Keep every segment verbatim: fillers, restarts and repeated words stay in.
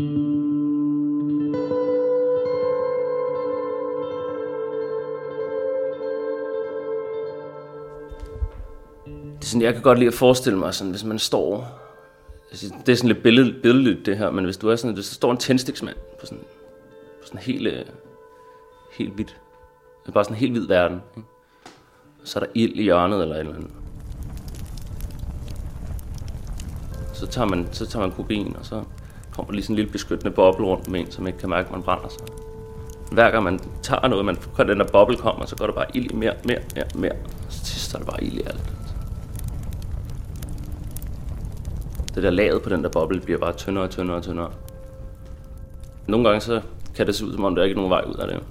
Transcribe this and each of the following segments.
Det er sådan, jeg kan godt lide at forestille mig, sådan, hvis man står... Det er sådan lidt billed, billedligt det her, men hvis du er sådan, hvis der står en tændstiksmand på sådan, på sådan en helt, helt hvidt, det er bare sådan en helt hvid verden, ikke? Så er der ild i hjørnet eller et eller andet. Så tager man, så tager man kokain, og så kommer der lige sådan en lille beskyttende boble rundt med en, som ikke kan mærke, at man brænder sig. Hver gang man tager noget, man, den der boble kommer, så går der bare ild i mere, mere, mere, mere. Og så til sidst er der bare ild i alt. Det der laget på den der boble bliver bare tyndere og tyndere og tyndere. Nogle gange så kan det se ud, som om der ikke er nogen vej ud af det.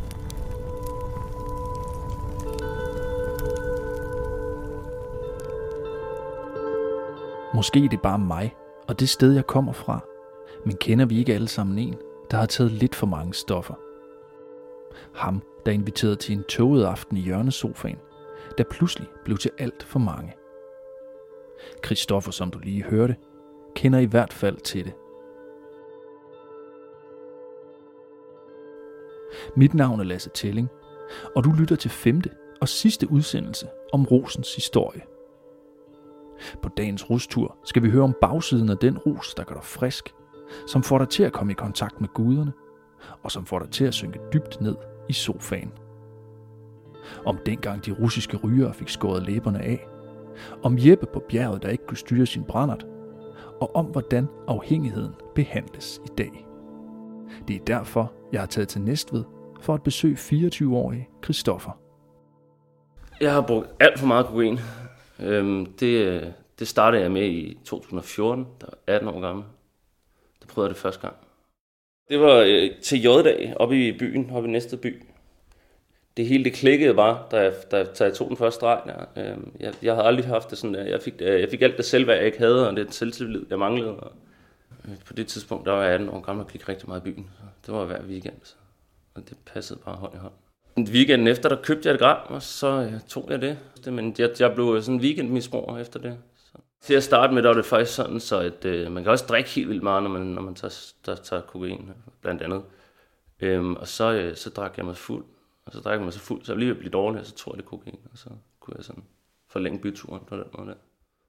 Måske er det bare mig og det sted, jeg kommer fra. Men kender vi ikke alle sammen en, der har taget lidt for mange stoffer? Ham, der inviterede til en tåget aften i hjørnesofaen, der pludselig blev til alt for mange. Christoffer, som du lige hørte, kender i hvert fald til det. Mit navn er Lasse Tælling, og du lytter til femte og sidste udsendelse om rusens historie. På dagens rustur skal vi høre om bagsiden af den rus, der gør dig frisk, som får dig til at komme i kontakt med guderne, og som får dig til at synke dybt ned i sofaen. Om dengang de russiske rygere fik skåret læberne af, om Jeppe på bjerget, der ikke kunne styre sin brændert, og om hvordan afhængigheden behandles i dag. Det er derfor, jeg har taget til Næstved for at besøge fireogtyve-årige Christoffer. Jeg har brugt alt for meget kokain. Øhm, det, det startede jeg med i to tusind og fjorten, da jeg var atten år gammel. Der prøvede jeg det første gang. Det var øh, til J-dag oppe i byen, oppe i Næstved by. Det hele det klikkede bare, da jeg, da jeg tog den første streg der. Øhm, jeg, jeg havde aldrig haft det sådan der. Jeg fik, jeg fik alt det selvværd, jeg ikke havde, og det selvtillid, jeg manglede. Og på det tidspunkt, der var jeg atten år gammel og gik rigtig meget i byen. Så det var hver weekend, så. Og det passede bare hånd i hånd. Weekenden efter, der købte jeg et gram, og så ja, tog jeg det. Men jeg, jeg blev sådan en weekendmisbruger efter det. Så. Til at starte med, der var det faktisk sådan, så at, øh, man kan også drikke helt vildt meget, når man, når man tager, der, tager kokain, blandt andet. Øhm, og så, øh, så drak jeg mig fuld. Og så drak jeg mig så fuld, så jeg lige ved at blive dårlig, og så tog jeg det kokain. Og så kunne jeg sådan forlænge byturen på den måde der.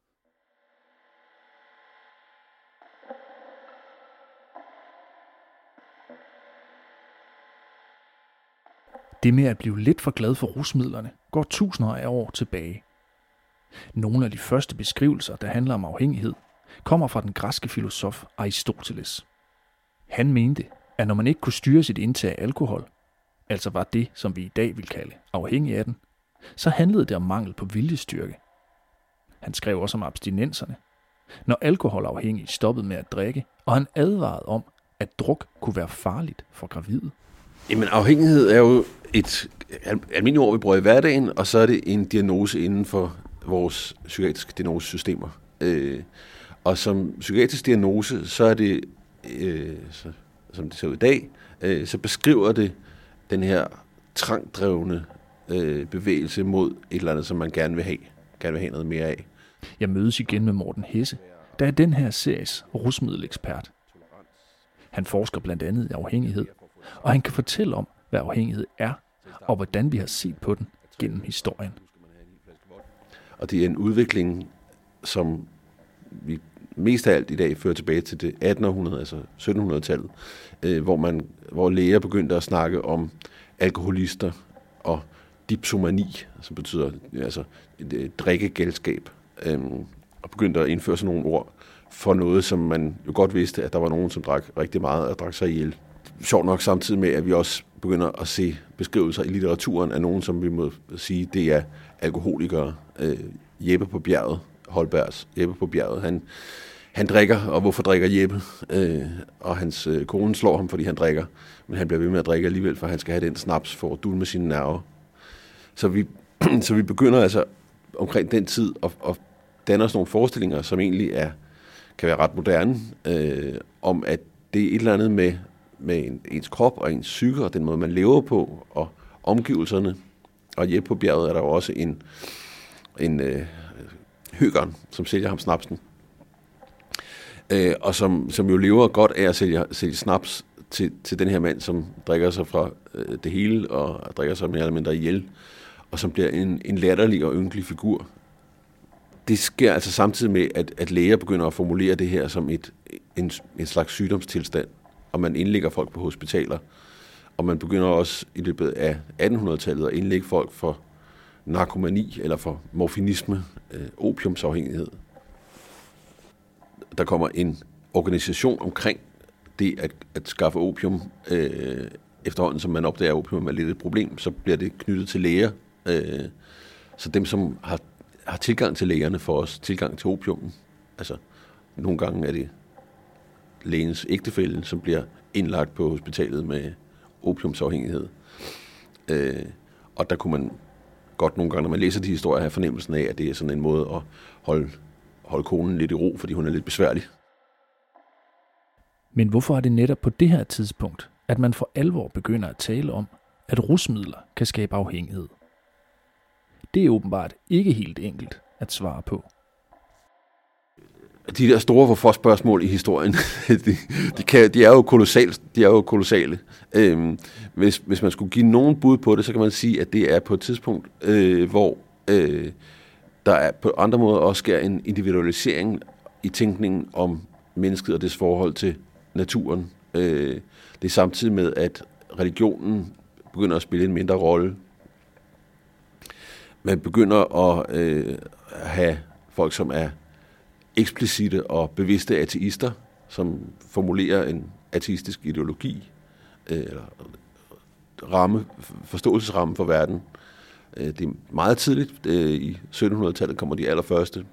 Det med at blive lidt for glad for rusmidlerne går tusinder af år tilbage. Nogle af de første beskrivelser, der handler om afhængighed, kommer fra den græske filosof Aristoteles. Han mente, at når man ikke kunne styre sit indtag af alkohol, altså var det, som vi i dag vil kalde afhængig af den, så handlede det om mangel på viljestyrke. Han skrev også om abstinenserne, når alkoholafhængige stoppede med at drikke, og han advarede om, at druk kunne være farligt for gravide. Jamen afhængighed er jo et almindeligt ord, vi bruger i hverdagen, og så er det en diagnose inden for vores psykiatriske diagnosesystemer. Øh, og som psykiatrisk diagnose, så er det, øh, så, som det ser ud i dag, øh, så beskriver det den her trangdrevne øh, bevægelse mod et eller andet, som man gerne vil have, gerne vil have noget mere af. Jeg mødes igen med Morten Hesse, der er den her series rusmiddelekspert. Han forsker blandt andet i afhængighed, og han kan fortælle om, hvad afhængighed er, og hvordan vi har set på den gennem historien. Og det er en udvikling, som vi mest af alt i dag fører tilbage til det attenhundrede århundrede, altså syttenhundredetallet, øh, hvor, man, hvor læger begyndte at snakke om alkoholister og dipsomani, som betyder altså drikkegældskab, øh, og begyndte at indføre sådan nogle ord for noget, som man jo godt vidste, at der var nogen, som drak rigtig meget og drak sig ihjel. Sjovt nok samtidig med, at vi også begynder at se beskrivelser i litteraturen af nogen, som vi må sige, det er alkoholikere. Øh, Jeppe på bjerget, Holbergs Jeppe på bjerget, han, han drikker, og hvorfor drikker Jeppe? Øh, og hans øh, kone slår ham, fordi han drikker, men han bliver ved med at drikke alligevel, for han skal have den snaps for at dulme sine nerver. Så vi, så vi begynder altså omkring den tid at, at danne os nogle forestillinger, som egentlig er, kan være ret moderne, øh, om at det er et eller andet med med ens krop og ens psyke og den måde, man lever på, og omgivelserne. Og Jeppe på bjerget er der jo også en, en øh, høgeren, som sælger ham snapsen. øh, og som, som jo lever godt af at sælge, sælge snaps til, til den her mand, som drikker sig fra øh, det hele, og drikker sig mere eller mindre ihjel, og som bliver en, en latterlig og ynkelig figur. Det sker altså samtidig med, at, at læger begynder at formulere det her som et, en, en slags sygdomstilstand, og man indlægger folk på hospitaler, og man begynder også i løbet af attenhundredetallet at indlægge folk for narkomani eller for morfinisme, øh, opiumsafhængighed. Der kommer en organisation omkring det at, at skaffe opium. Øh, efterhånden, som man opdager, at opium er lidt et problem, så bliver det knyttet til læger. Øh, så dem, som har, har tilgang til lægerne, får også tilgang til opiumen. Altså, nogle gange er det lægens ægtefælle, som bliver indlagt på hospitalet med opiumsafhængighed. Øh, og der kunne man godt nogle gange, når man læser de historier, have fornemmelsen af, at det er sådan en måde at holde, holde konen lidt i ro, fordi hun er lidt besværlig. Men hvorfor er det netop på det her tidspunkt, at man for alvor begynder at tale om, at rusmidler kan skabe afhængighed? Det er åbenbart ikke helt enkelt at svare på. De der store hvorfor-spørgsmål i historien, de, de, kan, de er jo kolossale. De er jo kolossale. Øhm, hvis, hvis man skulle give nogen bud på det, så kan man sige, at det er på et tidspunkt, øh, hvor øh, der er på andre måder også sker en individualisering i tænkningen om mennesket og dets forhold til naturen. Øh, det er samtidig med, at religionen begynder at spille en mindre rolle. Man begynder at øh, have folk, som er eksplicite og bevidste ateister, som formulerer en ateistisk ideologi, øh, eller ramme, forståelsesramme for verden. Øh, det er meget tidligt. Øh, I syttenhundredetallet kommer de allerførste.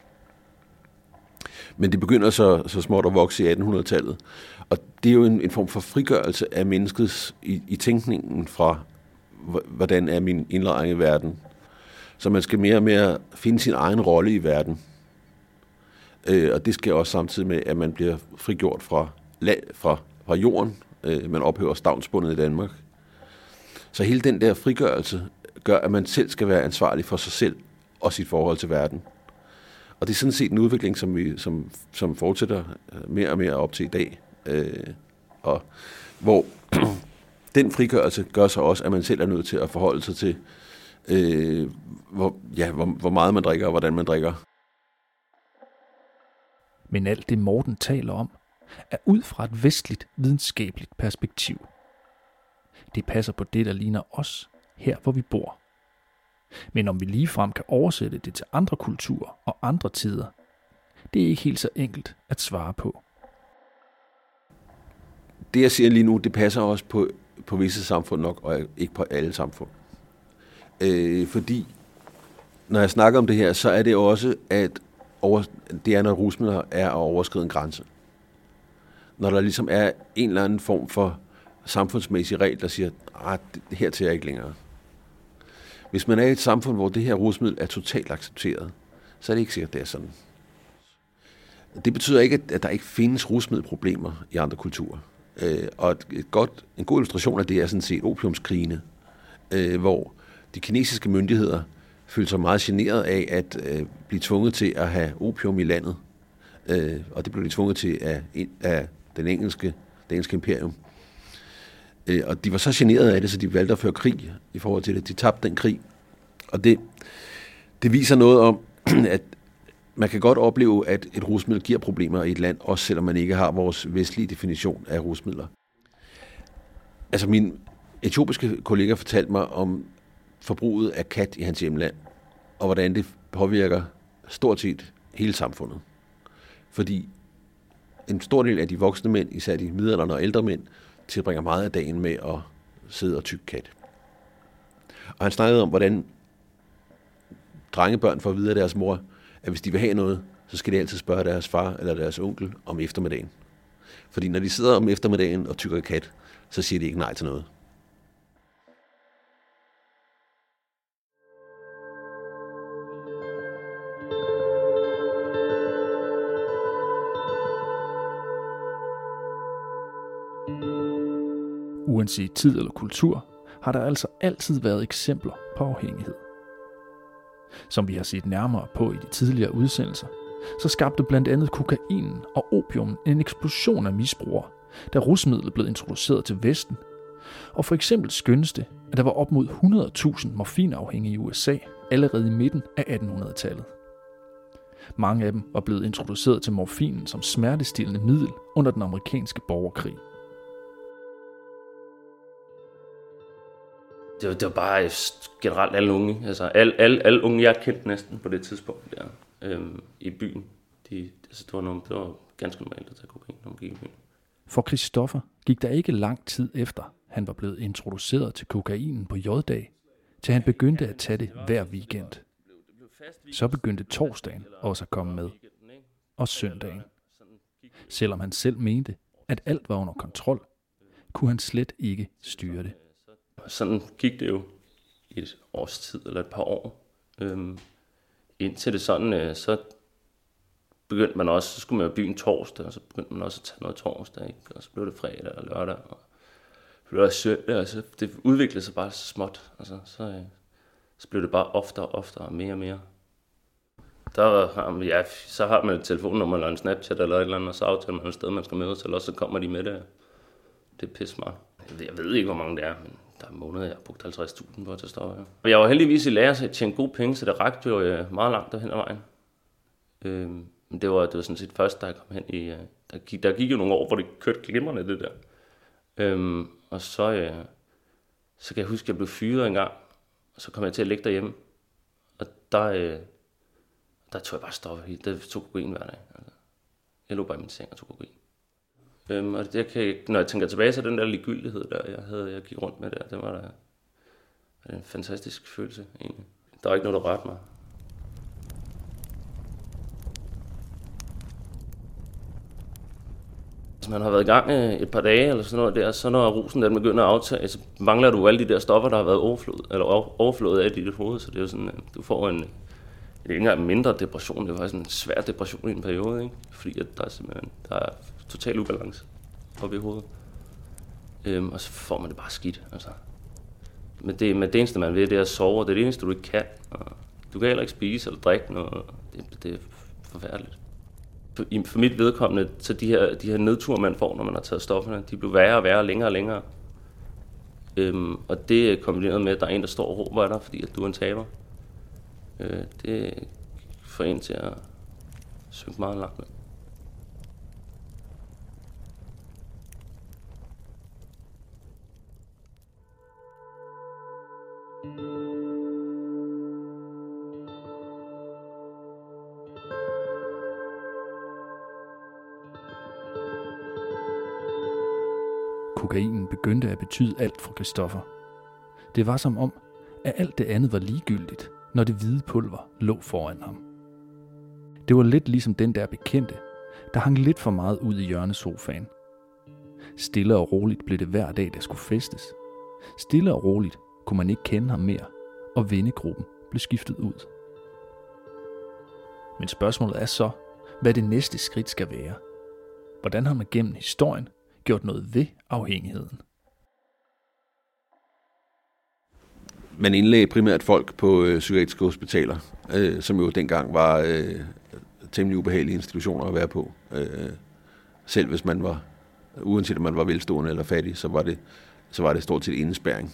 Men det begynder så, så småt at vokse i attenhundredetallet. Og det er jo en, en form for frigørelse af menneskets i, i tænkningen fra, hvordan er min indlejring i verden. Så man skal mere og mere finde sin egen rolle i verden. Øh, og det sker også samtidig med, at man bliver frigjort fra, fra, fra jorden. Øh, man ophører stavnsbundet i Danmark. Så hele den der frigørelse gør, at man selv skal være ansvarlig for sig selv og sit forhold til verden. Og det er sådan set en udvikling, som, vi, som, som fortsætter mere og mere op til i dag. Øh, og hvor den frigørelse gør så også, at man selv er nødt til at forholde sig til, øh, hvor, ja, hvor, hvor meget man drikker og hvordan man drikker. Men alt det Morten taler om, er ud fra et vestligt videnskabeligt perspektiv. Det passer på det, der ligner os, her hvor vi bor. Men om vi ligefrem kan oversætte det til andre kulturer og andre tider, det er ikke helt så enkelt at svare på. Det jeg siger lige nu, det passer også på, på visse samfund nok, og ikke på alle samfund. Øh, fordi når jeg snakker om det her, så er det også, at over, det er, når rusmidler er at overskride en grænse. Når der ligesom er en eller anden form for samfundsmæssig regel, der siger, at her til er ikke længere. Hvis man er i et samfund, hvor det her rusmiddel er totalt accepteret, så er det ikke sikkert, det er sådan. Det betyder ikke, at der ikke findes rusmiddelproblemer i andre kulturer. Og et godt, en god illustration af det er sådan set opiumskrigene, hvor de kinesiske myndigheder følte sig meget generet af at blive tvunget til at have opium i landet. Og det blev de tvunget til af, af den engelske, det engelske imperium. Og de var så generede af det, så de valgte at føre krig i forhold til det. De tabte den krig. Og det, det viser noget om, at man kan godt opleve, at et rusmiddel giver problemer i et land, også selvom man ikke har vores vestlige definition af rusmidler. Altså min etiopiske kollega fortalte mig om forbruget af kat i hans hjemland, og hvordan det påvirker stort set hele samfundet. Fordi en stor del af de voksne mænd, især de midaldrende og ældre mænd, tilbringer meget af dagen med at sidde og tygge kat. Og han snakkede om, hvordan drengebørn får at vide af deres mor, at hvis de vil have noget, så skal de altid spørge deres far eller deres onkel om eftermiddagen. Fordi når de sidder om eftermiddagen og tygger kat, så siger de ikke nej til noget. Uanset tid eller kultur, har der altså altid været eksempler på afhængighed. Som vi har set nærmere på i de tidligere udsendelser, så skabte blandt andet kokainen og opium en eksplosion af misbrugere, da rusmidlet blev introduceret til Vesten. Og for eksempel skønnes det, at der var op mod hundrede tusind morfinafhængige i U S A allerede i midten af attenhundredetallet. Mange af dem var blevet introduceret til morfinen som smertestillende middel under den amerikanske borgerkrig. Det var, det var bare generelt alle unge, altså alle, alle, alle unge, jeg kendte næsten på det tidspunkt der, øhm, i byen. De, altså det, var nogle, det var ganske normalt at tage kokain, når man gik i byen. For Christoffer gik der ikke lang tid efter, han var blevet introduceret til kokainen på J-dag, til han begyndte at tage det hver weekend. Så begyndte torsdagen også at komme med, og søndagen. Selvom han selv mente, at alt var under kontrol, kunne han slet ikke styre det. Sådan gik det jo i et års tid eller et par år. Øhm, indtil det sådan, øh, så begyndte man også, så skulle man jo byen torsdag, og så begyndte man også at tage noget torsdag, ikke? Og så blev det fredag og lørdag, og så blev det søndag, og så det udviklede sig bare så småt. Altså, så, øh, så blev det bare oftere og oftere og mere og mere. Der har man, ja, så har man et telefonnummer eller en Snapchat eller et eller andet, og så aftaler man et sted, man skal mødes, eller så kommer de med det. Det er pisse smart. Jeg ved ikke, hvor mange det er, men der er måneder, jeg har brugt halvtreds tusind på at tage stoffer. Ja. Jeg var heldigvis i lærer, så jeg tjente gode penge, så det rakte jo meget langt derhen ad vejen. Øhm, men det var, det var sådan set først, da jeg kom hen i... Der gik, der gik jo nogle år, hvor det kørte glimrende, det der. Øhm, og så, øh, så kan jeg huske, at jeg blev fyret en gang, og så kom jeg til at ligge derhjemme. Og der, øh, der tog jeg bare stoffer i. Der tog kokain hver dag. Altså, jeg lå bare i min seng og tog kokain. Øhm, og det kan jeg, når jeg tænker tilbage, så den der ligegyldighed, der jeg havde, jeg gik rundt med der, det var da var en fantastisk følelse egentlig. Der var ikke noget, der rørte mig. Hvis man har været i gang et par dage eller sådan noget der, så når rusen den begynder at aftage, så mangler du alle de der stoffer, der har været overflået, eller overflået af i dit hoved, så det er jo sådan, du får en, det er ikke engang en mindre depression, det var sådan en svær depression i en periode, ikke? Fordi at der er simpelthen, der er total ubalance oppe i hovedet. Øhm, og så får man det bare skidt, altså. Men det, men det eneste, man ved, det er at sove, og det er det eneste, du ikke kan. Og du kan heller ikke spise eller drikke noget. Det, det er forfærdeligt. For, for mit vedkommende, så de her, de her nedture, man får, når man har taget stofferne, de bliver værre og værre, længere og længere. Øhm, og det er kombineret med, at der er en, der står og råber af dig, fordi at du er en taber. Øh, det får en til at synke meget langt ned. Kokainen begyndte at betyde alt for Christoffer. Det var som om, at alt det andet var ligegyldigt, når det hvide pulver lå foran ham. Det var lidt ligesom den der bekendte, der hang lidt for meget ud i hjørnesofaen. Stille og roligt blev det hver dag, der skulle festes. Stille og roligt kunne man ikke kende ham mere, og vennegruppen blev skiftet ud. Men spørgsmålet er så, hvad det næste skridt skal være. Hvordan har man gennem historien gjort noget ved afhængigheden? Man indlagde primært folk på øh, psykiatriske hospitaler, øh, som jo dengang var øh, temmelig ubehagelige institutioner at være på. Øh, selv hvis man var, uanset om man var velstående eller fattig, så var det, så var det stort set indespærring.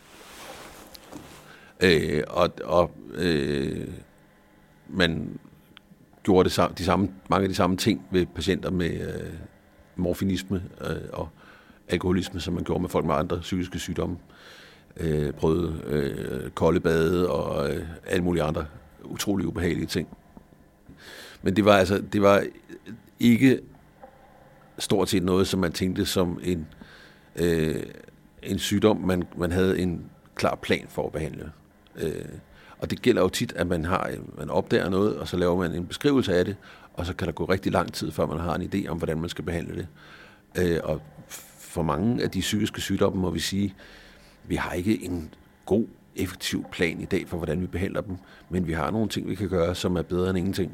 Øh, og og øh, man gjorde det samme, de samme, mange af de samme ting ved patienter med øh, morfinisme øh, og alkoholisme, som man gjorde med folk med andre psykiske sygdomme. Øh, prøvede øh, kolde bade og øh, alle mulige andre utrolig ubehagelige ting. Men det var altså det var ikke stort set noget, som man tænkte som en øh, en sygdom, man man havde en klar plan for at behandle. Øh, og det gælder jo tit, at man har man opdager noget, og så laver man en beskrivelse af det, og så kan der gå rigtig lang tid, før man har en idé om, hvordan man skal behandle det. Øh, og for mange af de psykiske sygdomme må vi sige, vi har ikke en god, effektiv plan i dag for, hvordan vi behandler dem, men vi har nogle ting, vi kan gøre, som er bedre end ingenting.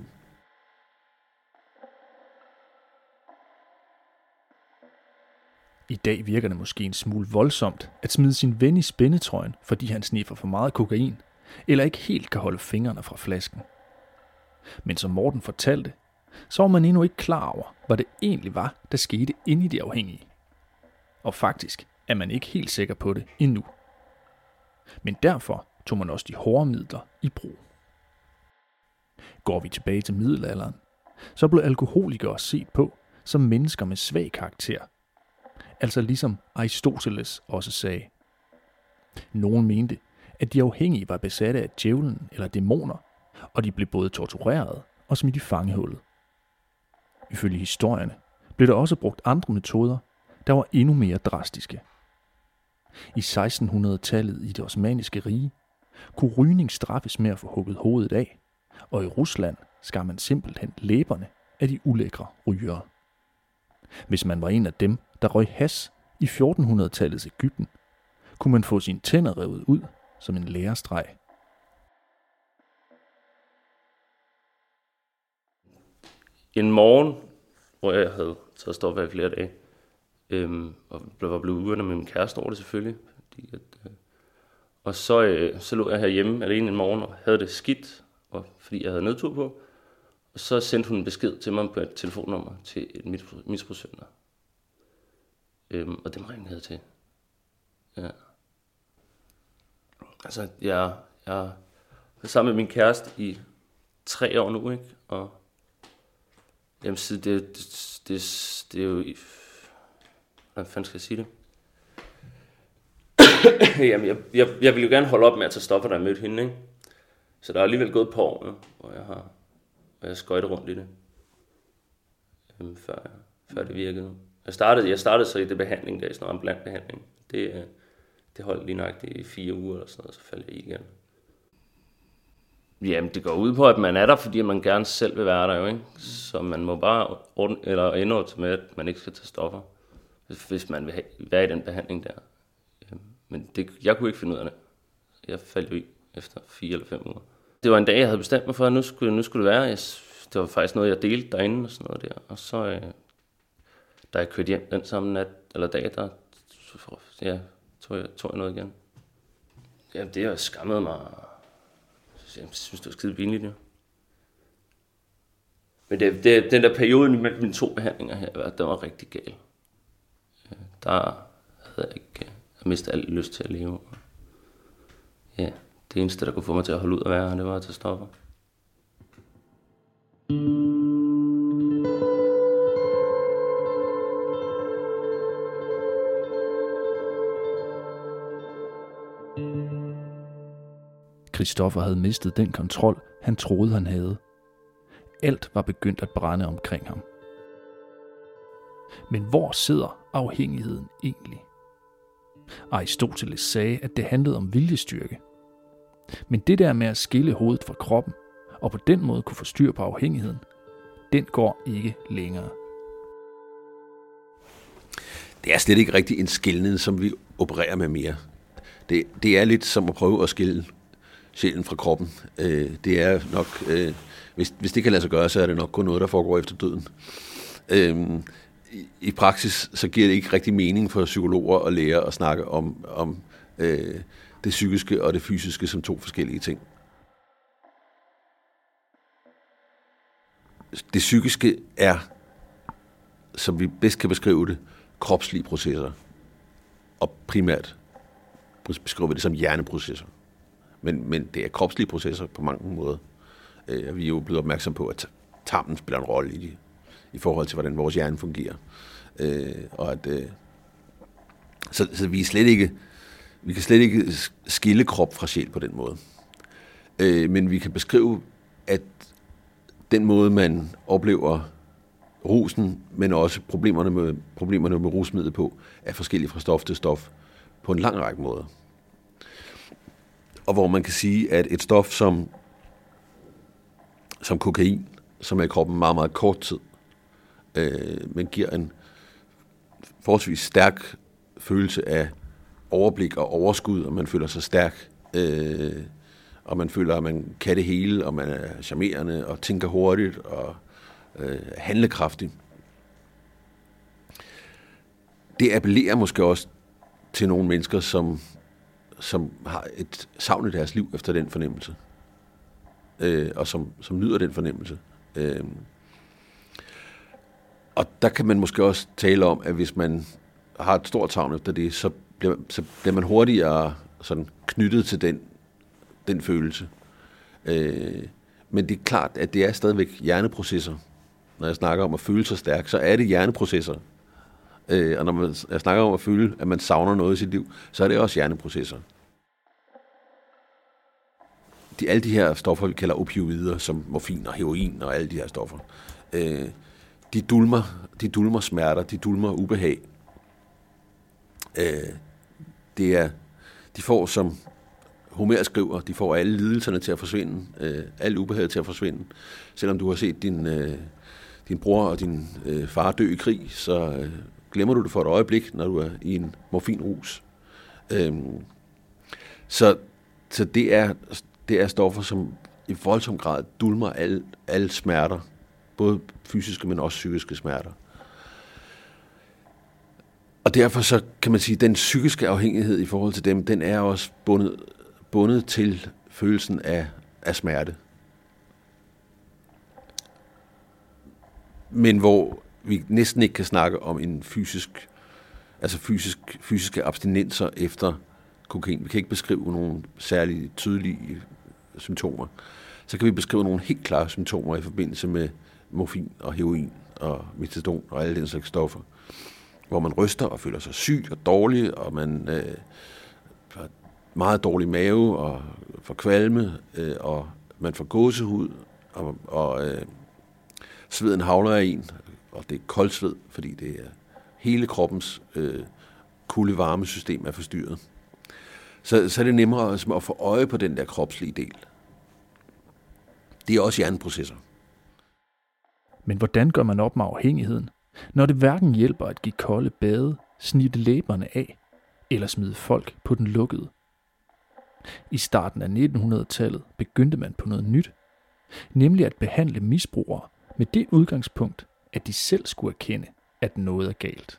I dag virker det måske en smule voldsomt at smide sin ven i spændetrøjen, fordi han sniffer for meget kokain, eller ikke helt kan holde fingrene fra flasken. Men som Morten fortalte, så var man endnu ikke klar over, hvad det egentlig var, der skete inde i de afhængige. Og faktisk er man ikke helt sikker på det endnu. Men derfor tog man også de hårde midler i brug. Går vi tilbage til middelalderen, så blev alkoholikere set på som mennesker med svag karakter. Altså ligesom Aristoteles også sagde. Nogen mente, at de afhængige var besatte af djævlen eller dæmoner, og de blev både tortureret og smidt i fangehullet. Ifølge historierne blev der også brugt andre metoder, der var endnu mere drastiske. I sekstenhundredetallet i det osmanniske rige kunne rygning straffes med at få hugget hovedet af, og i Rusland skar man simpelthen læberne af de ulækre rygere. Hvis man var en af dem, der røg hash i fjortenhundredetallets Egypten, kunne man få sine tænder revet ud som en lærestreg. En morgen, hvor jeg havde taget stoffer i flere dage, øhm, og var blevet uvenner med min kæreste over det selvfølgelig. Fordi at, øh, og så, øh, så lå jeg herhjemme alene en morgen og havde det skidt, og, fordi jeg havde nedtur på. Og så sendte hun en besked til mig på et telefonnummer til et misbrugscenter. Øhm, og dem ringede jeg til. Ja. Altså, jeg, jeg er sammen med min kæreste i tre år nu, ikke? Og jamen, så det, det, det, det er jo... Hvordan fanden skal jeg sige det? Jamen, jeg, jeg, jeg ville jo gerne holde op med at tage stoffer, da jeg mødte hende, ikke? Så der er alligevel gået et par år, ja, hvor jeg har hvor jeg skøjtet rundt i det, øhm, før, før det virkede. Jeg startede, jeg startede så i det behandling, der er sådan noget ambulant behandling. Det, det holdt lige nok i fire uger eller sådan noget, så faldt jeg i igen. Jamen, det går ud på, at man er der, fordi man gerne selv vil være der, jo, ikke? Så man må bare ordne, eller ende til med, at man ikke skal tage stoffer, hvis man vil have, være i den behandling der. Men det, jeg kunne ikke finde ud af det. Jeg faldt jo i efter fire eller fem uger. Det var en dag, jeg havde bestemt mig for, at nu skulle, nu skulle det være. Jeg, det var faktisk noget, jeg delte derinde og sådan noget der. Og så, øh, da jeg kørte hjem den samme nat, eller dag, der ja, tog, jeg, tog jeg noget igen. Jamen, det har skammet mig. Jeg synes, det var skide pinligt, jo. Men det, det, den der periode mellem mine to behandlinger her, den var rigtig gal. Der havde jeg ikke... Jeg mistede alt lyst til at leve. Ja, det eneste, der kunne få mig til at holde ud at være her, det var at tage stoffer. Christoffer havde mistet den kontrol, han troede, han havde. Alt var begyndt at brænde omkring ham. Men hvor sidder afhængigheden egentlig? Aristoteles sagde, at det handlede om viljestyrke. Men det der med at skille hovedet fra kroppen, og på den måde kunne få styr på afhængigheden, den går ikke længere. Det er slet ikke rigtig en skilning, som vi opererer med mere. Det, det er lidt som at prøve at skille sjælen fra kroppen. Øh, det er nok, øh, hvis, hvis det kan lade sig gøre, så er det nok kun noget, der foregår efter døden. Øh, i, I praksis så giver det ikke rigtig mening for psykologer og læger at snakke om, om øh, det psykiske og det fysiske som to forskellige ting. Det psykiske er, som vi bedst kan beskrive det, kropslige processer. Og primært beskriver vi det som hjerneprocesser. Men, men det er kropslige processer på mange måder. Øh, vi er jo blevet opmærksom på, at tarmen spiller en rolle i, de, i forhold til, hvordan vores hjerne fungerer. Øh, og at, øh, så, så vi er slet ikke, vi kan slet ikke skille krop fra sjæl på den måde. Øh, men vi kan beskrive, at den måde, man oplever rusen, men også problemerne med, problemerne med rusmidlet på, er forskellige fra stof til stof på en lang række måder. Og hvor man kan sige, at et stof som, som kokain, som er i kroppen meget, meget kort tid, øh, men giver en forholdsvis stærk følelse af overblik og overskud, og man føler sig stærk, øh, og man føler, at man kan det hele, og man er charmerende, og tænker hurtigt, og øh, handlekraftig. Det appellerer måske også til nogle mennesker, som, som har et savn i deres liv efter den fornemmelse. øh, og som, som nyder den fornemmelse. Øh, og der kan man måske også tale om, at hvis man har et stort savn efter det, så bliver, så bliver man hurtigere sådan knyttet til den, den følelse. Øh, men det er klart, at det er stadigvæk hjerneprocesser. Når jeg snakker om at føle sig stærk, så er det hjerneprocesser. Øh, og når man, jeg snakker om at føle, at man savner noget i sit liv, så er det også hjerneprocesser. De, alle de her stoffer, vi kalder opioider, som morfin og heroin og alle de her stoffer, øh, de, dulmer, de dulmer smerter, de dulmer ubehag. Øh, det er, de får, som Homer skriver, de får alle lidelserne til at forsvinde, øh, alle ubehaget til at forsvinde. Selvom du har set din, øh, din bror og din øh, far dø i krig, så øh, glemmer du det for et øjeblik, når du er i en morfinrus. Øh, så, så det er, det er stoffer, som i voldsom grad dulmer alle, alle smerter, både fysiske, men også psykiske smerter. Og derfor så kan man sige, at den psykiske afhængighed i forhold til dem, den er også bundet, bundet til følelsen af, af smerte. Men hvor vi næsten ikke kan snakke om en fysisk, altså fysisk, fysiske abstinenser efter kokain. Vi kan ikke beskrive nogle særligt tydelige symptomer. Så kan vi beskrive nogle helt klare symptomer i forbindelse med morfin og heroin og metadon og alle den slags stoffer, hvor man ryster og føler sig syg og dårlig, og man øh, har meget dårlig mave og får kvalme, øh, og man får gåsehud, og, og øh, sveden havler af en, og det er koldt sved, fordi det er hele kroppens øh, kulde-varme-system er forstyrret. Så, så er det nemmere at få øje på den der kropslige del. Det er også hjerneprocesser. Men hvordan gør man op med afhængigheden, når det hverken hjælper at give kolde bade, snitte læberne af eller smide folk på den lukkede? I starten af nitten hundrede-tallet begyndte man på noget nyt, nemlig at behandle misbrugere med det udgangspunkt, at de selv skulle erkende, at noget er galt.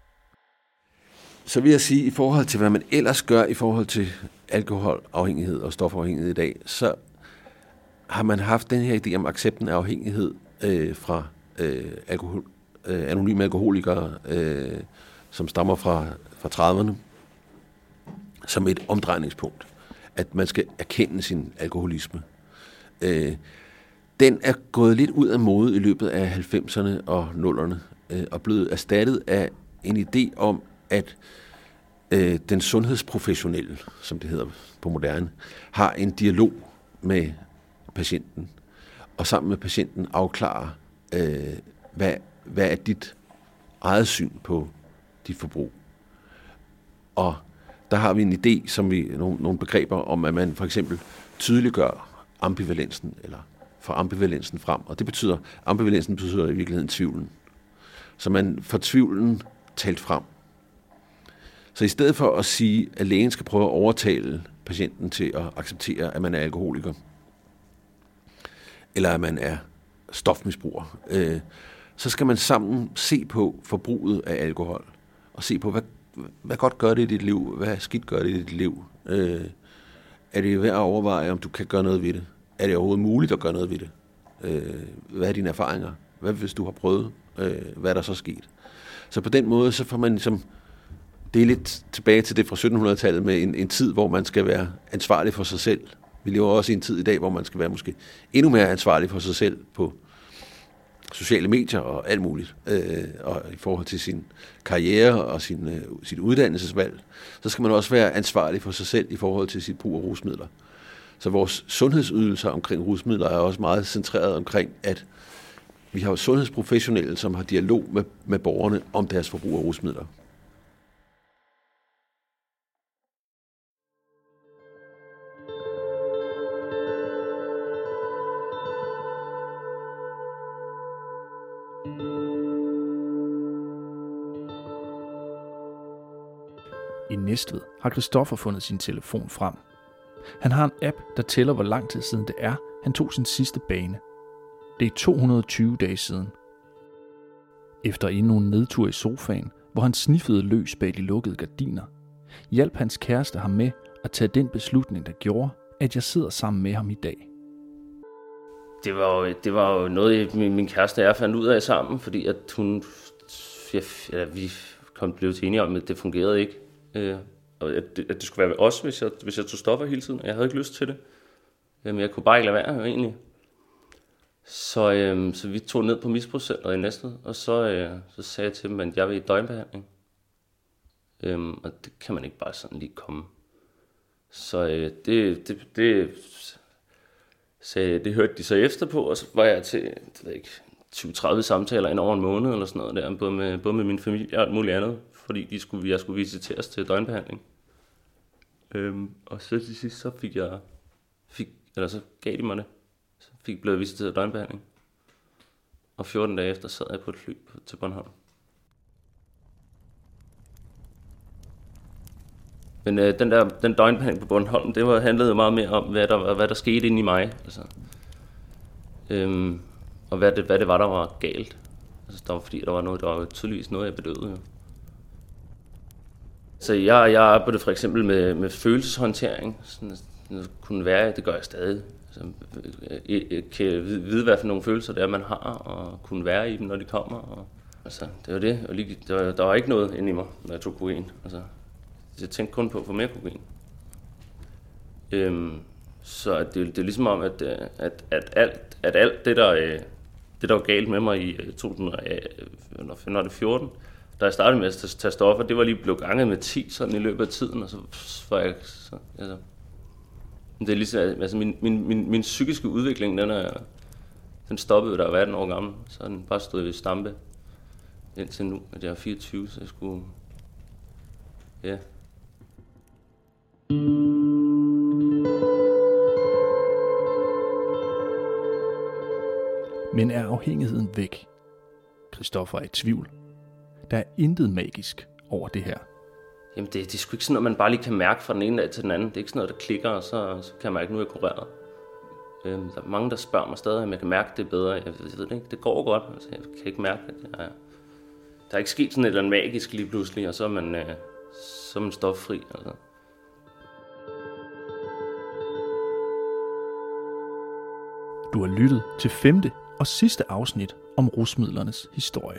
Så vil jeg sige, i forhold til hvad man ellers gør i forhold til alkoholafhængighed og stofafhængighed i dag, så har man haft den her idé om accepten af afhængighed øh, fra øh, alkohol, øh, anonyme alkoholikere, øh, som stammer fra, fra trediverne, som et omdrejningspunkt. At man skal erkende sin alkoholisme. Øh, den er gået lidt ud af mode i løbet af halvfemserne og nullerne, øh, og blevet erstattet af en idé om, at øh, den sundhedsprofessionelle, som det hedder på moderne, har en dialog med patienten, og sammen med patienten afklarer, øh, hvad, hvad er dit eget syn på dit forbrug. Og der har vi en idé, som vi nogle, nogle begreber om, at man for eksempel tydeliggør ambivalensen, eller får ambivalensen frem. Og det betyder, ambivalensen betyder i virkeligheden tvivlen. Så man får tvivlen talt frem. Så i stedet for at sige, at lægen skal prøve at overtale patienten til at acceptere, at man er alkoholiker, eller at man er stofmisbruger, øh, så skal man sammen se på forbruget af alkohol, og se på, hvad, hvad godt gør det i dit liv, hvad skidt gør det i dit liv. Øh, er det værd at overveje, om du kan gøre noget ved det? Er det overhovedet muligt at gøre noget ved det? Øh, hvad er dine erfaringer? Hvad hvis du har prøvet? Øh, hvad er der så sket? Så på den måde, så får man ligesom, det er lidt tilbage til det fra sytten hundrede-tallet med en, en tid, hvor man skal være ansvarlig for sig selv. Vi lever også i en tid i dag, hvor man skal være måske endnu mere ansvarlig for sig selv på sociale medier og alt muligt. Øh, og i forhold til sin karriere og sin, øh, sit uddannelsesvalg, så skal man også være ansvarlig for sig selv i forhold til sit brug af rusmidler. Så vores sundhedsydelser omkring rusmidler er også meget centreret omkring, at vi har sundhedsprofessionelle, som har dialog med, med borgerne om deres forbrug af rusmidler. I Næstved har Christoffer fundet sin telefon frem. Han har en app, der tæller, hvor lang tid siden det er, han tog sin sidste bane. Det er to hundrede og tyve dage siden. Efter endnu en nedtur i sofaen, hvor han sniffede løs bag de lukkede gardiner, hjalp hans kæreste ham med at tage den beslutning, der gjorde, at jeg sidder sammen med ham i dag. Det var jo, det var jo noget, min, min kæreste og jeg fandt ud af sammen, fordi at hun, jeg, ja, vi kom blev til enige om, at det fungerede ikke. Øh, og at det, at det skulle være os, hvis jeg, hvis jeg tog stoffer hele tiden, og jeg havde ikke lyst til det. Men jeg kunne bare ikke lade være, egentlig. Så, øh, så vi tog ned på misbrugscenteret i Næstved, og så, øh, så sagde jeg til dem, at jeg vil i døgnbehandling. Øh, og det kan man ikke bare sådan lige komme. Så øh, det, det, det, så det hørte de så efter på, og så var jeg til det ved ikke, tyve til tredive samtaler ind over en måned, eller sådan noget der, både med, både med min familie og alt muligt andet, fordi de skulle, jeg skulle visiteres til døgnbehandling. Øhm, og så til sidst, så fik jeg, fik, eller så gav de mig det, så fik jeg blevet visiteret til døgnbehandling. Og fjorten dage efter sad jeg på et fly til Bornholm. Men øh, den der den døgnbehandling på Bornholm, det var, handlede jo meget mere om, hvad der, hvad der skete inde i mig. Altså. Øhm, og hvad det, hvad det var, der var galt. Altså, der var, fordi der var noget, der var tydeligvis noget, jeg bedøvede. Jo. Så jeg, jeg arbejdede for eksempel med, med følelseshåndtering. Sådan, det kunne være, det gør jeg stadig. Altså, jeg, jeg kan vide, hvad for nogle følelser det er, man har, og kunne være i dem, når de kommer. Og, altså, det var det. Og lige, der, der var ikke noget inde i mig, når jeg tog kokain. Altså. Jeg tænkte kun på at få mere kokain. Øhm, så det, det er ligesom om, at, at, at, alt, at alt det der, det, der var galt med mig i to tusind og fjorten, da jeg startede med at tage stoffer, det var lige blevet ganget med ti sådan i løbet af tiden, og så var jeg... Så, altså, det er ligesom, altså min, min, min, min psykiske udvikling, den, er, den stoppede, da jeg var atten år gammel, så den bare stod i stampe indtil nu, at jeg er fireogtyve, så jeg skulle... Ja. Men er afhængigheden væk? Christoffer er i tvivl. Der er intet magisk over det her. Jamen det, det er sgu ikke sådan noget, man bare lige kan mærke fra den ene dag til den anden. Det er ikke sådan noget, der klikker, og så, så kan man ikke nu er kureret. Øhm, der er mange, der spørger mig stadig, om jeg kan mærke det bedre. Jeg, jeg ved det ikke, det går godt. Altså, jeg kan ikke mærke det. Jeg, der er ikke sket sådan et eller andet magisk lige pludselig, og så er man, øh, så er man stoffri. Altså. Du har lyttet til femte og sidste afsnit om rusmidlernes historie.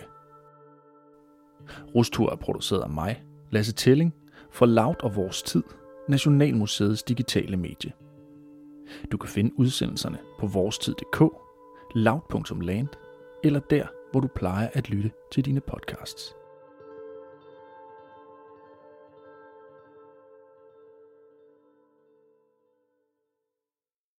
Rustur er produceret af mig, Lasse Tælling, for Loud og Vores Tid, Nationalmuseets digitale medie. Du kan finde udsendelserne på vorstid punktum d k, loud punktum land eller der, hvor du plejer at lytte til dine podcasts.